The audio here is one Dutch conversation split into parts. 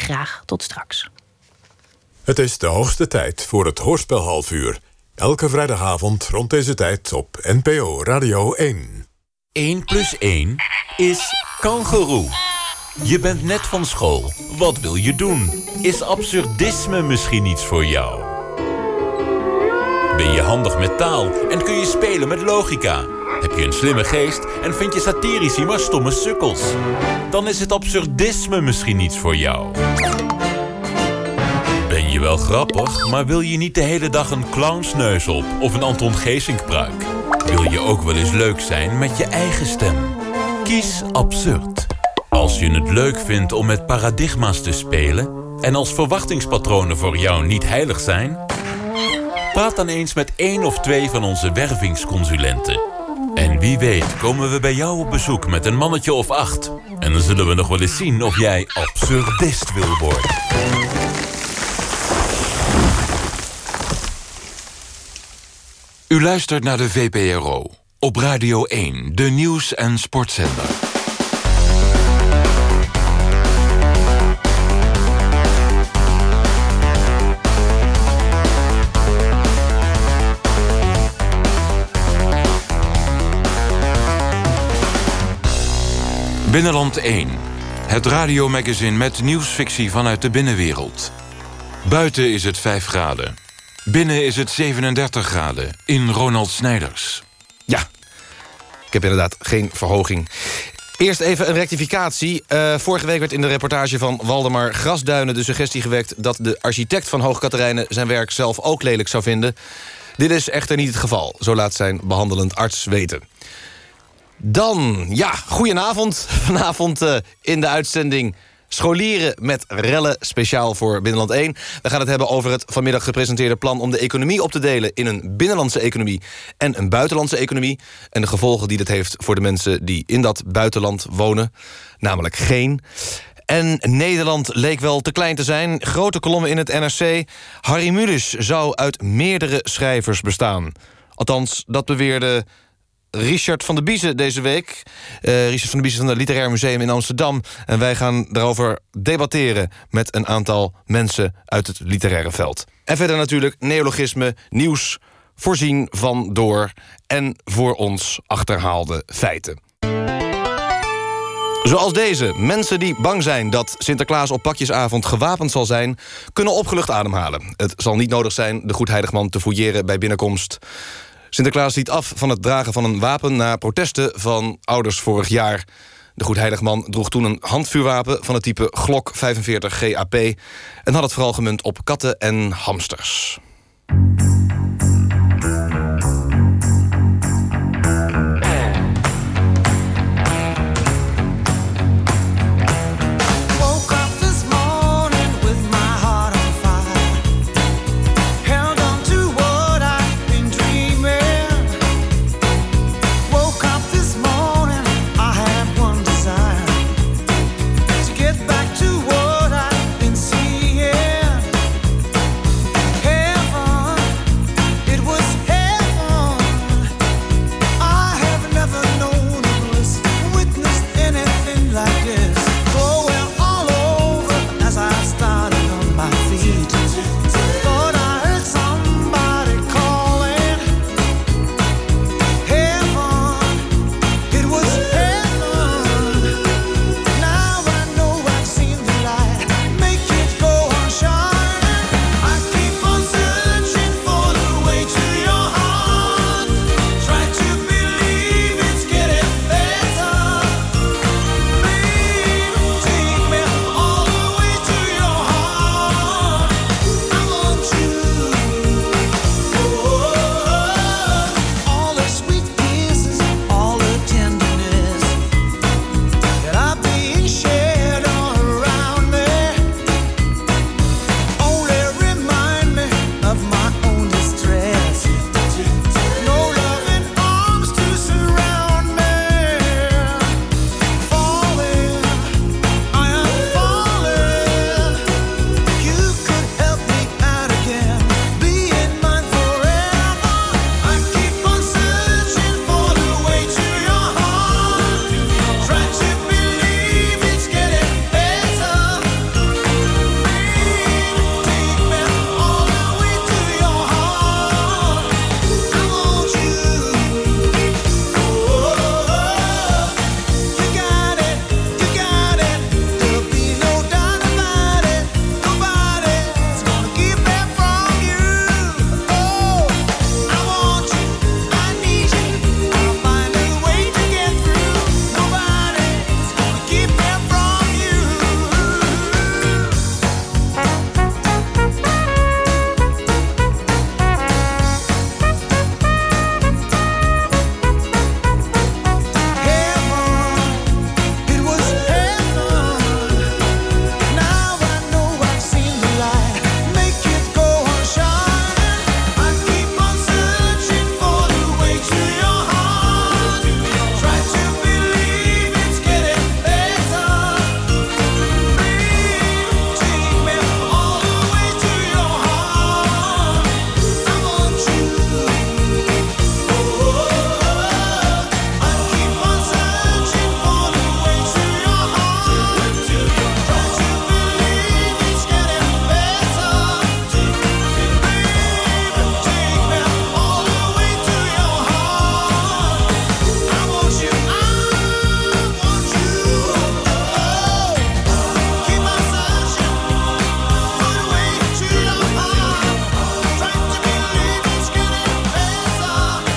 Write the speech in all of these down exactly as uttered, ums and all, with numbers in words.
graag tot straks. Het is de hoogste tijd voor het Hoorspel halfuur. Elke vrijdagavond rond deze tijd op N P O Radio één. één plus één is kangoeroe. Je bent net van school. Wat wil je doen? Is absurdisme misschien iets voor jou? Ben je handig met taal en kun je spelen met logica? Heb je een slimme geest en vind je satirici maar stomme sukkels? Dan is het absurdisme misschien iets voor jou. Ben je wel grappig, maar wil je niet de hele dag een clownsneus op of een Anton Geesink pruik? Wil je ook wel eens leuk zijn met je eigen stem? Kies absurd. Als je het leuk vindt om met paradigma's te spelen en als verwachtingspatronen voor jou niet heilig zijn, praat dan eens met één of twee van onze wervingsconsulenten. En wie weet komen we bij jou op bezoek met een mannetje of acht. En dan zullen we nog wel eens zien of jij absurdist wil worden. U luistert naar de V P R O op Radio één, de nieuws- en sportzender. Binnenland één, het radiomagazine met nieuwsfictie vanuit de binnenwereld. Buiten is het vijf graden. Binnen is het zevenendertig graden in Ronald Snijders. Ja, ik heb inderdaad geen verhoging. Eerst even een rectificatie. Uh, vorige week werd in de reportage van Waldemar Grasduinen de suggestie gewekt dat de architect van Hoog Catharijne zijn werk zelf ook lelijk zou vinden. Dit is echter niet het geval, zo laat zijn behandelend arts weten. Dan, ja, goedenavond. Vanavond uh, in de uitzending Scholieren met rellen, speciaal voor Binnenland één. We gaan het hebben over het vanmiddag gepresenteerde plan om de economie op te delen in een binnenlandse economie en een buitenlandse economie. En de gevolgen die dit heeft voor de mensen die in dat buitenland wonen. Namelijk geen. En Nederland leek wel te klein te zijn. Grote kolommen in het N R C. Harry Mulisch zou uit meerdere schrijvers bestaan. Althans, dat beweerde Richard van der Biezen deze week. Uh, Richard van der Biezen van het Literair Museum in Amsterdam. En wij gaan daarover debatteren met een aantal mensen uit het literaire veld. En verder natuurlijk neologisme, nieuws, voorzien van door en voor ons achterhaalde feiten. Zoals deze. Mensen die bang zijn dat Sinterklaas op pakjesavond gewapend zal zijn, kunnen opgelucht ademhalen. Het zal niet nodig zijn de Goedheiligman te fouilleren bij binnenkomst. Sinterklaas liet af van het dragen van een wapen na protesten van ouders vorig jaar. De Goedheiligman droeg toen een handvuurwapen van het type Glock vijfenveertig G A P en had het vooral gemunt op katten en hamsters. Back to what I've been seeing.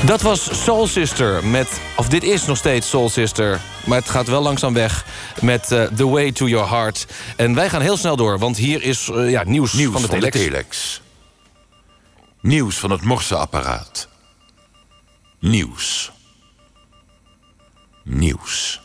Dat was Soul Sister met... of dit is nog steeds Soul Sister... maar het gaat wel langzaam weg met uh, The Way to Your Heart. En wij gaan heel snel door, want hier is uh, ja, nieuws, nieuws van de van telex. de telex. Nieuws van het morseapparaat. Nieuws. Nieuws.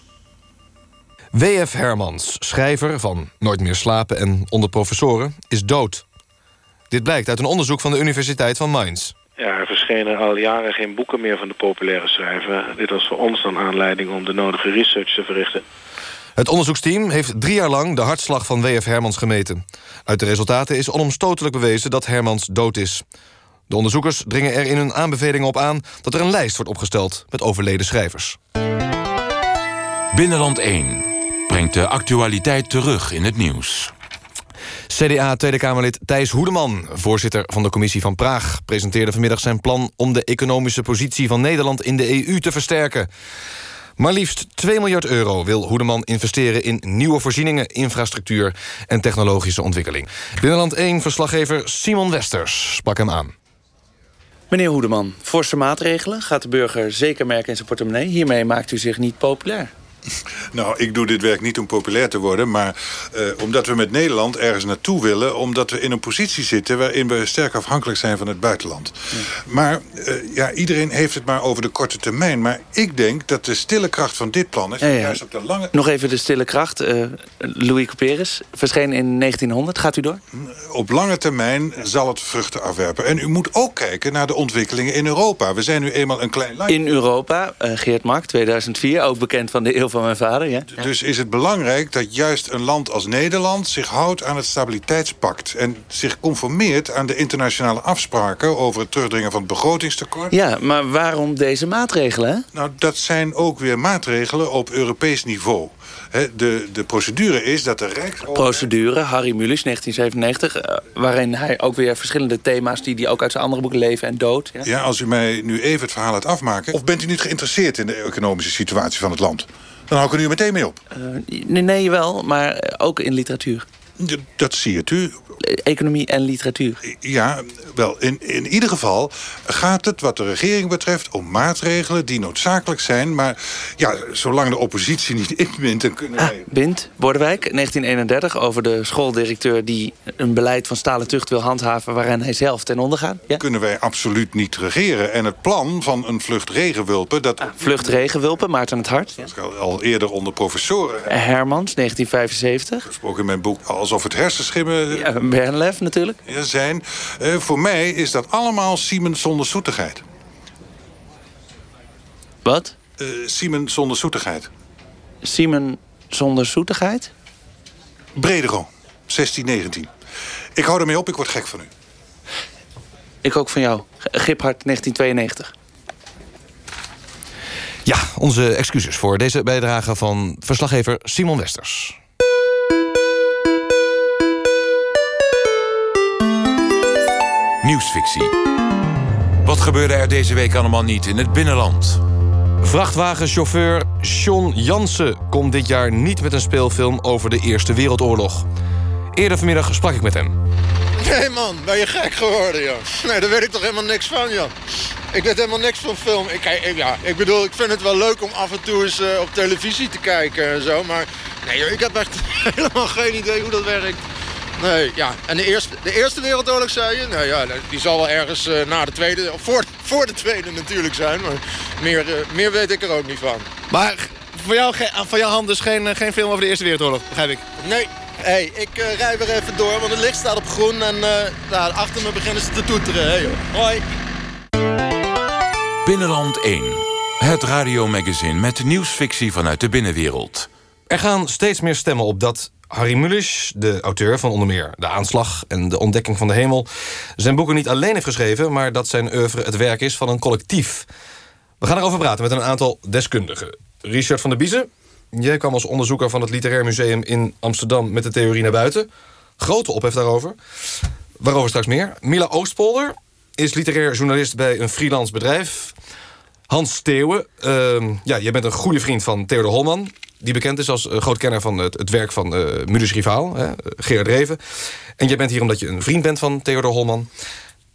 W F Hermans, schrijver van Nooit meer slapen en Onder professoren, is dood. Dit blijkt uit een onderzoek van de Universiteit van Mainz. Ja, er verschenen al jaren geen boeken meer van de populaire schrijver. Dit was voor ons dan aanleiding om de nodige research te verrichten. Het onderzoeksteam heeft drie jaar lang de hartslag van W F Hermans gemeten. Uit de resultaten is onomstotelijk bewezen dat Hermans dood is. De onderzoekers dringen er in hun aanbevelingen op aan... dat er een lijst wordt opgesteld met overleden schrijvers. Binnenland één brengt de actualiteit terug in het nieuws. C D A Tweede Kamerlid Thijs Hoedeman, voorzitter van de Commissie van Praag... presenteerde vanmiddag zijn plan om de economische positie van Nederland in de E U te versterken. Maar liefst twee miljard euro wil Hoedeman investeren in nieuwe voorzieningen, infrastructuur en technologische ontwikkeling. Binnenland één-verslaggever Simon Westers sprak hem aan. Meneer Hoedeman, forse maatregelen gaat de burger zeker merken in zijn portemonnee. Hiermee maakt u zich niet populair. Nou, ik doe dit werk niet om populair te worden... maar uh, omdat we met Nederland ergens naartoe willen... omdat we in een positie zitten waarin we sterk afhankelijk zijn van het buitenland. Ja. Maar uh, ja, iedereen heeft het maar over de korte termijn. Maar ik denk dat de stille kracht van dit plan is... Ja, ja. juist op de lange... Nog even de stille kracht. Uh, Louis Couperus verscheen in negentienhonderd. Gaat u door? Op lange termijn zal het vruchten afwerpen. En u moet ook kijken naar de ontwikkelingen in Europa. We zijn nu eenmaal een klein land. In Europa, uh, Geert Mak, tweeduizend vier, ook bekend van de eeuw van mijn vader. Ja? Dus is het belangrijk dat juist een land als Nederland... zich houdt aan het stabiliteitspact... en zich conformeert aan de internationale afspraken... over het terugdringen van het begrotingstekort. Ja, maar waarom deze maatregelen? Hè? Nou, dat zijn ook weer maatregelen op Europees niveau. He, de, de procedure is dat de Rijksoverheid... Procedure, Harry Mulisch, negentien zevenennegentig... Uh, waarin hij ook weer verschillende thema's... die hij ook uit zijn andere boeken Leven en Dood... Ja? ja, als u mij nu even het verhaal laat afmaken... of bent u niet geïnteresseerd in de economische situatie van het land? Dan hou ik er nu meteen mee op. Uh, nee, nee, wel, maar ook in literatuur. D- dat zie je u. Economie en literatuur. Ja, wel, in, in ieder geval gaat het wat de regering betreft... om maatregelen die noodzakelijk zijn. Maar ja, zolang de oppositie niet inbindt... dan kunnen ah, wij... Bindt, Bordewijk, negentien eenendertig... over de schooldirecteur die een beleid van stalen tucht wil handhaven... waarin hij zelf ten onder gaat. Ja? Kunnen wij absoluut niet regeren. En het plan van een vlucht regenwulpen... Dat... Ah, vlucht regenwulpen, Maarten het Hart. Ja? Dat is al eerder onder professoren. Hermans, negentien vijfenzeventig. Gesproken in mijn boek alsof het hersenschimmen... Ja, Bernlef natuurlijk. Ja, zijn. Uh, voor mij is dat allemaal Siemens zonder zoetigheid. Wat? Uh, Siemens zonder zoetigheid. Siemens zonder zoetigheid? Bredero, zestien negentien. Ik hou ermee op, ik word gek van u. Ik ook van jou. Giphart, negentien tweeënnegentig. Ja, onze excuses voor deze bijdrage van verslaggever Simon Westers. Nieuwsfictie. Wat gebeurde er deze week allemaal niet in het binnenland? Vrachtwagenchauffeur John Jansen komt dit jaar niet met een speelfilm over de Eerste Wereldoorlog. Eerder vanmiddag sprak ik met hem. Nee man, ben je gek geworden, joh. Nee, daar weet ik toch helemaal niks van, joh. Ik weet helemaal niks van film. Ik, ik, ja, ik bedoel, ik vind het wel leuk om af en toe eens uh, op televisie te kijken en zo. Maar nee, joh, ik heb echt helemaal geen idee hoe dat werkt. Nee, ja. En de Eerste, de eerste Wereldoorlog, zei je? Nou ja, die zal wel ergens uh, na de Tweede, of voor, voor de Tweede natuurlijk zijn. Maar meer, uh, meer weet ik er ook niet van. Maar voor jou, van jouw hand dus geen, geen film over de Eerste Wereldoorlog, begrijp ik? Nee. Hey, ik uh, rij weer even door, want het licht staat op groen en uh, nou, achter me beginnen ze te toeteren. Hey, joh. Hoi. Binnenland één. Het radiomagazine met nieuwsfictie vanuit de binnenwereld. Er gaan steeds meer stemmen op dat Harry Mulisch, de auteur van onder meer De Aanslag en De Ontdekking van de Hemel, zijn boeken niet alleen heeft geschreven, maar dat zijn oeuvre het werk is van een collectief. We gaan erover praten met een aantal deskundigen. Richard van der Biezen, jij kwam als onderzoeker van het Literair Museum in Amsterdam met de theorie naar buiten. Grote ophef daarover. Waarover straks meer. Mila Oostpolder is literair journalist bij een freelance bedrijf. Hans Steeuwen, uh, ja, jij bent een goede vriend van Theodor Holman, die bekend is als uh, groot kenner van het, het werk van uh, Mulisch' rivaal, hè, Gerard Reven. En jij bent hier omdat je een vriend bent van Theodor Holman.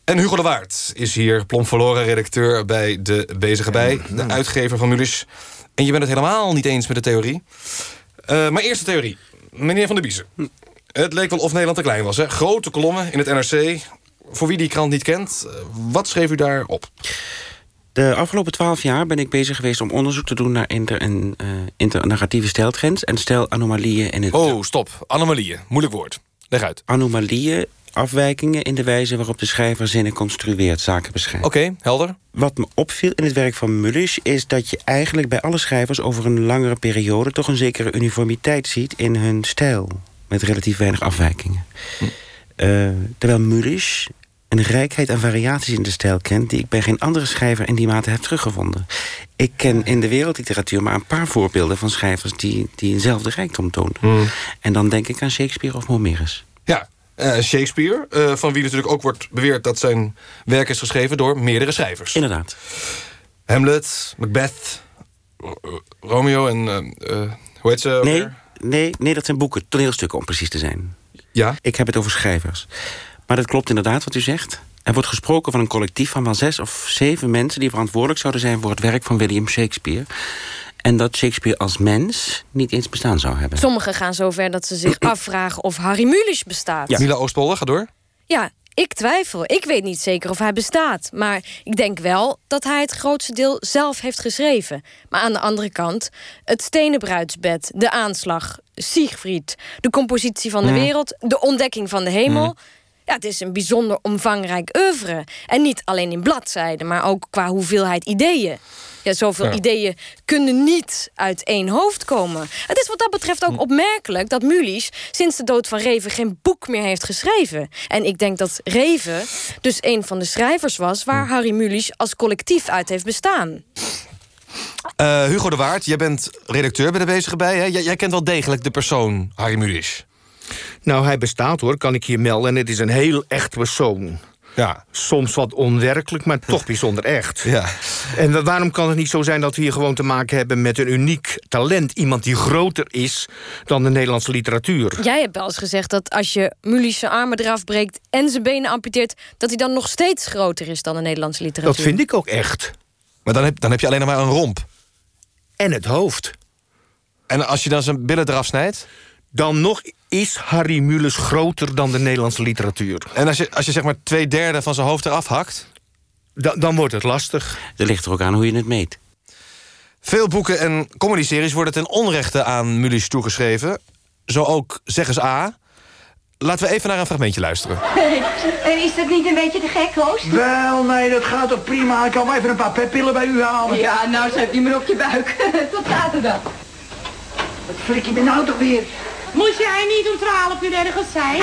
En Hugo de Waard is hier, plomp verloren redacteur bij De Bezige Bij, de uitgever van Mulisch. En je bent het helemaal niet eens met de theorie. Uh, maar eerst de theorie. Meneer Van der Biezen. Het leek wel of Nederland te klein was. Hè? Grote kolommen in het N R C. Voor wie die krant niet kent, wat schreef u daar op? De afgelopen twaalf jaar ben ik bezig geweest om onderzoek te doen naar inter- en uh, internegatieve stijltrends en stijlanomalieën in het... Oh, stop. Anomalieën. Moeilijk woord. Leg uit. Anomalieën, afwijkingen in de wijze waarop de schrijver zinnen construeert, zaken beschrijft. Oké, okay, helder. Wat me opviel in het werk van Mulisch is dat je eigenlijk bij alle schrijvers over een langere periode toch een zekere uniformiteit ziet in hun stijl, met relatief weinig afwijkingen. Hm. Uh, terwijl Mulisch een rijkheid aan variaties in de stijl kent die ik bij geen andere schrijver in die mate heb teruggevonden. Ik ken in de wereldliteratuur maar een paar voorbeelden van schrijvers die, die eenzelfde rijkdom toonden. Hmm. En dan denk ik aan Shakespeare of Homerus. Ja, uh, Shakespeare, uh, van wie natuurlijk ook wordt beweerd dat zijn werk is geschreven door meerdere schrijvers. Inderdaad. Hamlet, Macbeth, Romeo en uh, uh, hoe heet ze? Nee, nee, nee, dat zijn boeken, toneelstukken om precies te zijn. Ja? Ik heb het over schrijvers. Maar dat klopt inderdaad wat u zegt. Er wordt gesproken van een collectief van wel zes of zeven mensen die verantwoordelijk zouden zijn voor het werk van William Shakespeare. En dat Shakespeare als mens niet eens bestaan zou hebben. Sommigen gaan zover dat ze zich afvragen of Harry Mulisch bestaat. Ja. Mila Oostpolder, ga door. Ja, ik twijfel. Ik weet niet zeker of hij bestaat. Maar ik denk wel dat hij het grootste deel zelf heeft geschreven. Maar aan de andere kant, het stenen bruidsbed, de aanslag, Siegfried, de compositie van de mm. wereld, de ontdekking van de hemel. Mm. Ja, het is een bijzonder omvangrijk oeuvre. En niet alleen in bladzijden, maar ook qua hoeveelheid ideeën. Ja, zoveel ja. ideeën kunnen niet uit één hoofd komen. Het is wat dat betreft ook opmerkelijk dat Mulisch sinds de dood van Reven geen boek meer heeft geschreven. En ik denk dat Reven dus een van de schrijvers was waar Harry Mulisch als collectief uit heeft bestaan. Uh, Hugo de Waard, jij bent redacteur bij De Bezige Bij. Hè? Jij, jij kent wel degelijk de persoon Harry Mulisch. Nou, hij bestaat hoor, kan ik hier melden. En het is een heel echt persoon. Ja. Soms wat onwerkelijk, maar toch bijzonder echt. Ja. En waarom kan het niet zo zijn dat we hier gewoon te maken hebben met een uniek talent? Iemand die groter is dan de Nederlandse literatuur. Jij hebt wel eens gezegd dat als je Mulisch zijn armen eraf breekt en zijn benen amputeert, dat hij dan nog steeds groter is dan de Nederlandse literatuur. Dat vind ik ook echt. Maar dan heb, dan heb je alleen nog maar een romp. En het hoofd. En als je dan zijn billen eraf snijdt? Dan nog is Harry Mulisch groter dan de Nederlandse literatuur. En als je, als je zeg maar twee derde van zijn hoofd eraf hakt? Da, dan wordt het lastig. Dat ligt er ook aan hoe je het meet. Veel boeken en comedyseries worden ten onrechte aan Mulisch toegeschreven. Zo ook Zeg eens A. Laten we even naar een fragmentje luisteren. En is dat niet een beetje te gek, Roos? Wel, nee, dat gaat toch prima. Ik kan wel even een paar petpillen bij u halen. Ja, nou, schrijf die maar op je buik. Tot zaterdag. Wat flik je me nou toch weer? Moest jij niet om twaalf uur ergens zijn?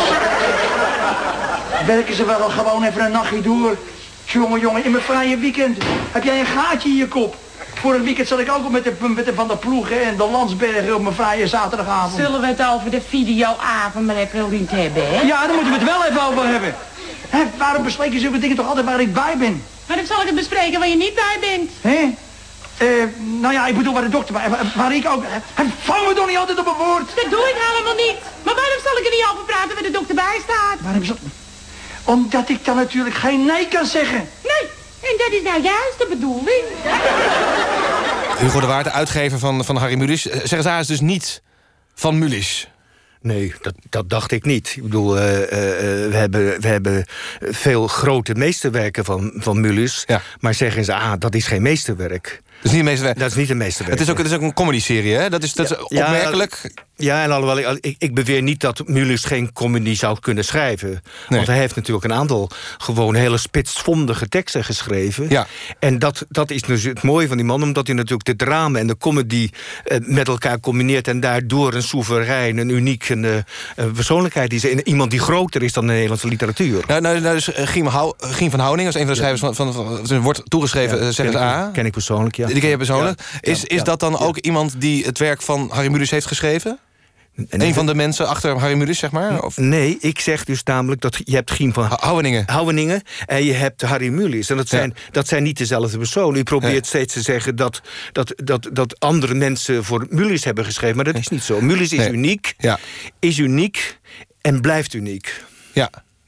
Werken ze wel gewoon even een nachtje door? Jongen, jongen, in mijn vrije weekend heb jij een gaatje in je kop. Vorig weekend zat ik ook al met de, met de Van der Ploegen en de Landsbergen op mijn vrije zaterdagavond. Zullen we het over de videoavond maar even niet hebben, hè? Ja, daar moeten we het wel even over hebben. Hè, waarom bespreken zulke dingen toch altijd waar ik bij ben? Waarom zal ik het bespreken waar je niet bij bent? Hé? Uh, nou ja, ik bedoel waar de dokter bij, waar ik ook... Hij vangt me toch niet altijd op een woord? Dat doe ik helemaal niet. Maar waarom zal ik er niet over praten waar de dokter bij staat? Waarom zal... Omdat ik dan natuurlijk geen nee kan zeggen. Nee, en dat is nou juist de bedoeling. Hugo de Waard, de uitgever van, van Harry Mulisch. Zeg eens, hij is dus niet van Mulisch. Nee, dat, dat dacht ik niet. Ik bedoel, uh, uh, we, hebben, we hebben veel grote meesterwerken van, van Mulisch. Ja. Maar zeggen ze, ah, dat is geen meesterwerk. Dat is niet een meesterwerk. Dat is niet een meesterwerk. Het is ook, het is ook een comedyserie, hè? Dat is, dat is ja, opmerkelijk. Ja, ja, en alhoewel, ik, ik beweer niet dat Mulisch geen comedy zou kunnen schrijven. Nee. Want hij heeft natuurlijk een aantal gewoon hele spitsvondige teksten geschreven. Ja. En dat, dat is dus het mooie van die man, omdat hij natuurlijk de drama en de comedy eh, met elkaar combineert en daardoor een soeverein, een uniek uh, persoonlijkheid is. En iemand die groter is dan de Nederlandse literatuur. Nou, nou, nou dus Giem, Hou, Giem van Houning, als een van de schrijvers van, van, van, van wordt toegeschreven, ja, zeg het A. Ken ik persoonlijk, ja. Die ken je persoonlijk. Ja, is is ja, dat dan ja. ook iemand die het werk van Harry Mulisch heeft geschreven? Nee, een van de mensen achter Harry Mulisch, zeg maar? Of? Nee, ik zeg dus namelijk dat je hebt Giem van Houweningen. Houweningen en je hebt Harry Mulisch. En dat zijn, ja. dat zijn niet dezelfde personen. U probeert ja. steeds te zeggen dat, dat, dat, dat andere mensen voor Mulisch hebben geschreven. Maar dat is niet zo. Mulisch is nee. uniek, ja. is uniek en blijft uniek. Ja, ja.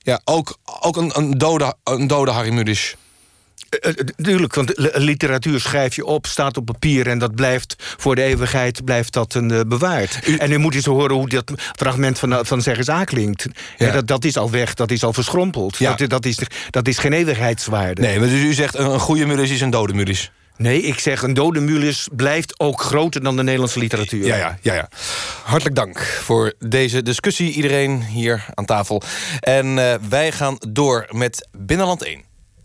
Ja, ook, ook een, een, dode, een dode Harry Mulisch. Tuurlijk, uh, want literatuur schrijf je op, staat op papier... en dat blijft voor de eeuwigheid blijft dat een, uh, bewaard. U, en nu moet je eens horen hoe dat fragment van, van Zeg eens A klinkt. Ja. Ja, dat, dat is al weg, dat is al verschrompeld. Ja. Dat, dat, is, dat is geen eeuwigheidswaarde. Nee, maar dus u zegt een, een goede Mulisch is een dode Mulisch. Nee, ik zeg een dode Mulisch blijft ook groter dan de Nederlandse literatuur. Ja, ja, ja, ja. Hartelijk dank voor deze discussie, iedereen hier aan tafel. En uh, wij gaan door met Binnenland één.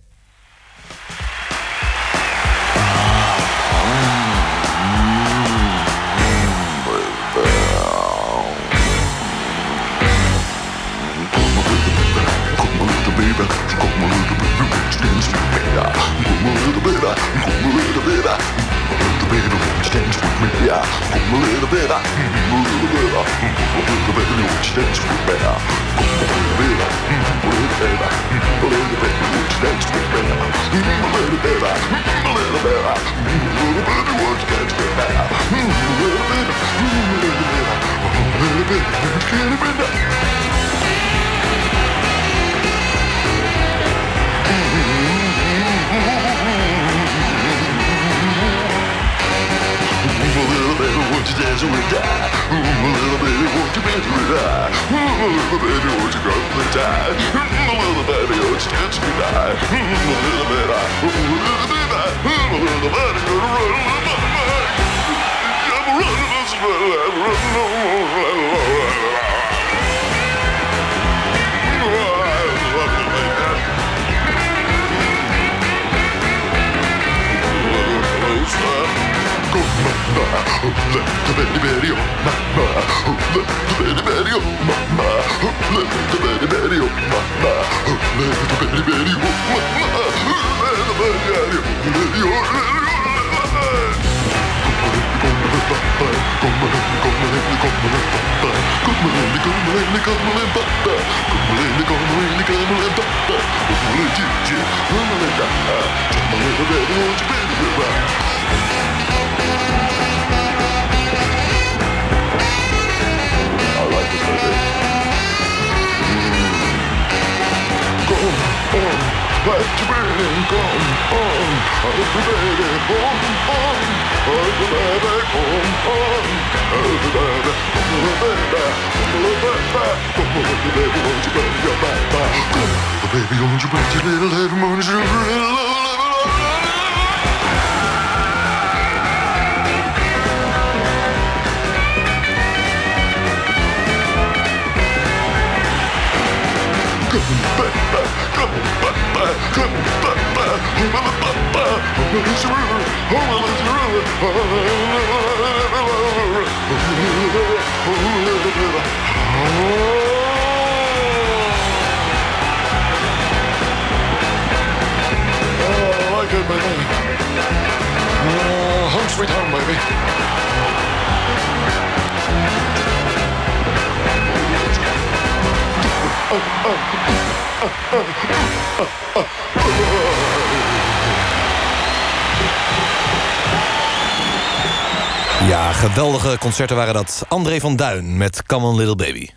Ja, geweldige concerten waren dat. André van Duin met Come On Little Baby.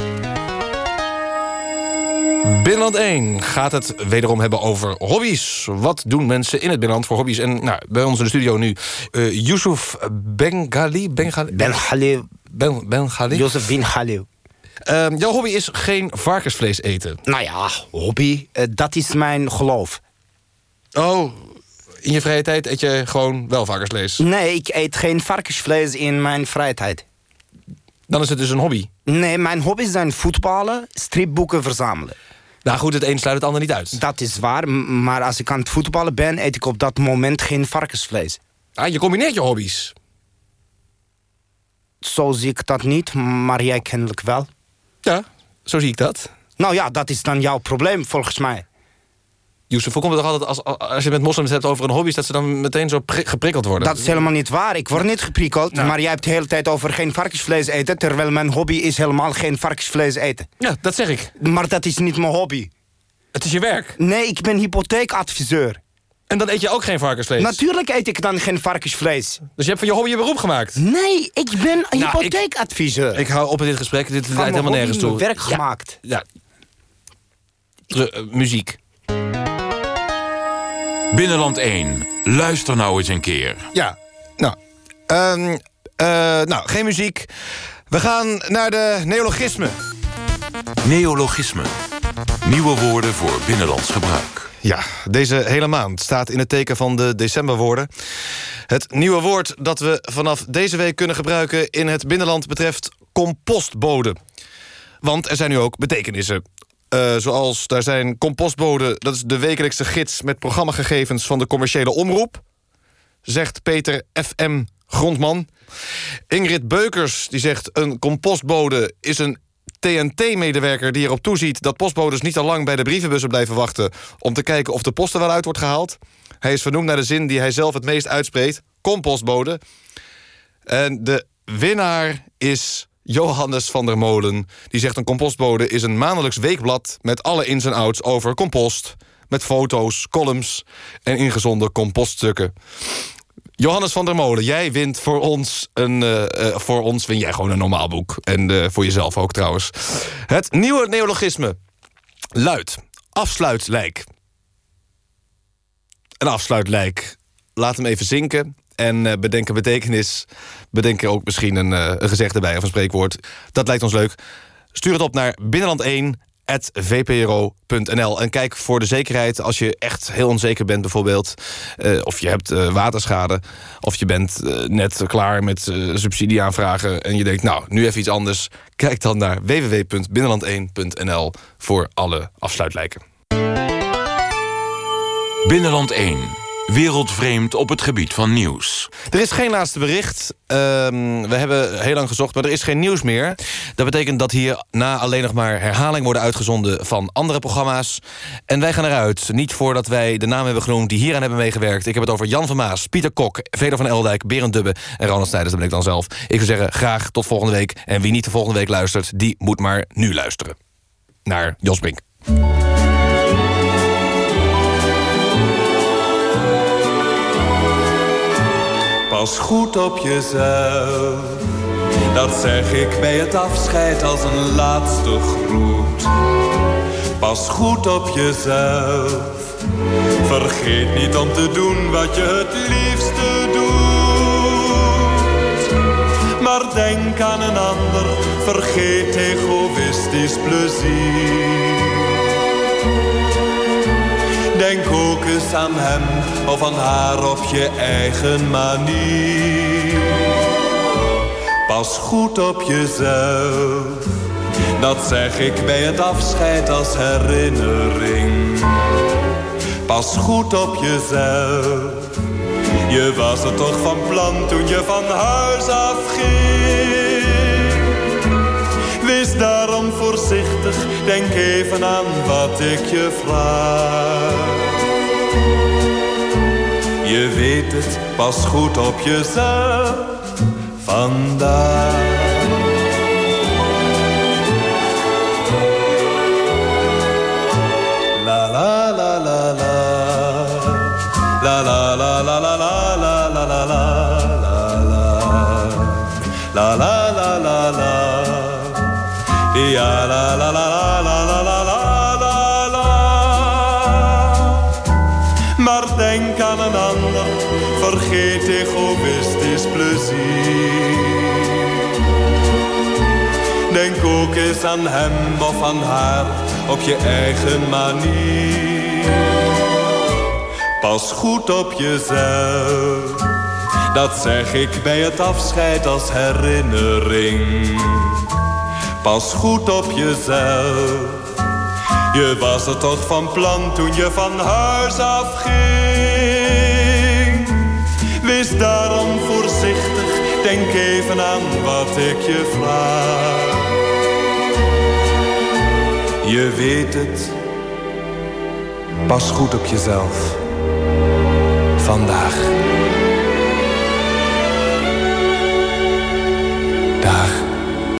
Binnenland één gaat het wederom hebben over hobby's. Wat doen mensen in het binnenland voor hobby's? En nou, bij ons in de studio nu uh, Yusuf Bengali. Bengali. Bengali. Ben, Bengali. Yusuf Bengali. Uh, jouw hobby is geen varkensvlees eten. Nou ja, hobby, uh, dat is mijn geloof. Oh, in je vrije tijd eet je gewoon wel varkensvlees? Nee, ik eet geen varkensvlees in mijn vrije tijd. Dan is het dus een hobby? Nee, mijn hobby's zijn voetballen, stripboeken verzamelen. Nou goed, het een sluit het ander niet uit. Dat is waar, maar als ik aan het voetballen ben, eet ik op dat moment geen varkensvlees. Ah, je combineert je hobby's. Zo zie ik dat niet, maar jij kennelijk wel. Ja, zo zie ik dat. Nou ja, dat is dan jouw probleem, volgens mij. Yusuf, voorkomt het toch altijd als, als je met moslims hebt over een hobby, dat ze dan meteen zo geprikkeld worden? Dat is helemaal niet waar. Ik word niet geprikkeld, nou. Maar jij hebt de hele tijd over geen varkensvlees eten, terwijl mijn hobby is helemaal geen varkensvlees eten. Ja, dat zeg ik. Maar dat is niet mijn hobby. Het is je werk. Nee, ik ben hypotheekadviseur. En dan eet je ook geen varkensvlees? Natuurlijk eet ik dan geen varkensvlees. Dus je hebt van je hobby je beroep gemaakt? Nee, ik ben een nou, hypotheekadviseur. Ik, ik hou op met dit gesprek, dit leidt helemaal nergens toe. Werk ja, gemaakt. Ja. uh, muziek. Binnenland één. Luister nou eens een keer. Ja, nou, um, uh, nou, geen muziek. We gaan naar de neologismen. Neologismen. Nieuwe woorden voor binnenlands gebruik. Ja, deze hele maand staat in het teken van de decemberwoorden. Het nieuwe woord dat we vanaf deze week kunnen gebruiken in het binnenland betreft compostbode. Want er zijn nu ook betekenissen. Uh, zoals, daar zijn compostbode, dat is de wekelijkse gids met programmagegevens van de commerciële omroep. Zegt Peter F M Grondman. Ingrid Beukers die zegt een compostbode is een T N T-medewerker die erop toeziet dat postbodes niet al lang bij de brievenbussen blijven wachten om te kijken of de post er wel uit wordt gehaald. Hij is vernoemd naar de zin die hij zelf het meest uitspreekt. Compostbode. En de winnaar is Johannes van der Molen. Die zegt een compostbode is een maandelijks weekblad met alle ins en outs over compost. Met foto's, columns en ingezonden compoststukken. Johannes van der Molen, jij wint voor ons een. Uh, uh, voor ons win jij gewoon een normaal boek. En uh, voor jezelf ook trouwens. Het nieuwe neologisme luidt afsluitlijk. Een afsluitlijk. Laat hem even zinken. En uh, bedenk een betekenis. Bedenk er ook misschien een, uh, een gezegde bij of een spreekwoord. Dat lijkt ons leuk. Stuur het op naar binnenland één at v p r o punt n l. En kijk voor de zekerheid als je echt heel onzeker bent bijvoorbeeld. Uh, of je hebt uh, waterschade. Of je bent uh, net klaar met uh, subsidieaanvragen. En je denkt, nou, nu even iets anders. Kijk dan naar w w w punt binnenland één punt n l voor alle afsluitlijken. Binnenland één. Wereldvreemd op het gebied van nieuws. Er is geen laatste bericht. Uh, we hebben heel lang gezocht, maar er is geen nieuws meer. Dat betekent dat hier na alleen nog maar herhaling worden uitgezonden van andere programma's. En wij gaan eruit. Niet voordat wij de namen hebben genoemd die hieraan hebben meegewerkt. Ik heb het over Jan van Maas, Pieter Kok, Veder van Eldijk, Berend Dubbe en Ronald Snijders. Dat ben ik dan zelf. Ik zou zeggen, graag tot volgende week. En wie niet de volgende week luistert, die moet maar nu luisteren. Naar Jos Brink. Pas goed op jezelf, dat zeg ik bij het afscheid als een laatste groet. Pas goed op jezelf, vergeet niet om te doen wat je het liefste doet. Maar denk aan een ander, vergeet egoïstisch plezier. Denk ook eens aan hem of aan haar op je eigen manier. Pas goed op jezelf, dat zeg ik bij het afscheid als herinnering. Pas goed op jezelf, je was er toch van plan toen je van huis afging. Wees daarom voorzichtig, denk even aan wat ik je vraag. Je weet het, pas goed op jezelf vandaag. La la la la la, la la la la la la la la la la la la la la la. Ja la la la la la la la la la. Maar denk aan een ander, vergeet egoïstisch plezier. Denk ook eens aan hem of aan haar op je eigen manier. Pas goed op jezelf, dat zeg ik bij het afscheid als herinnering. Pas goed op jezelf, je was er toch van plan toen je van huis afging. Wees daarom voorzichtig, denk even aan wat ik je vraag. Je weet het, pas goed op jezelf.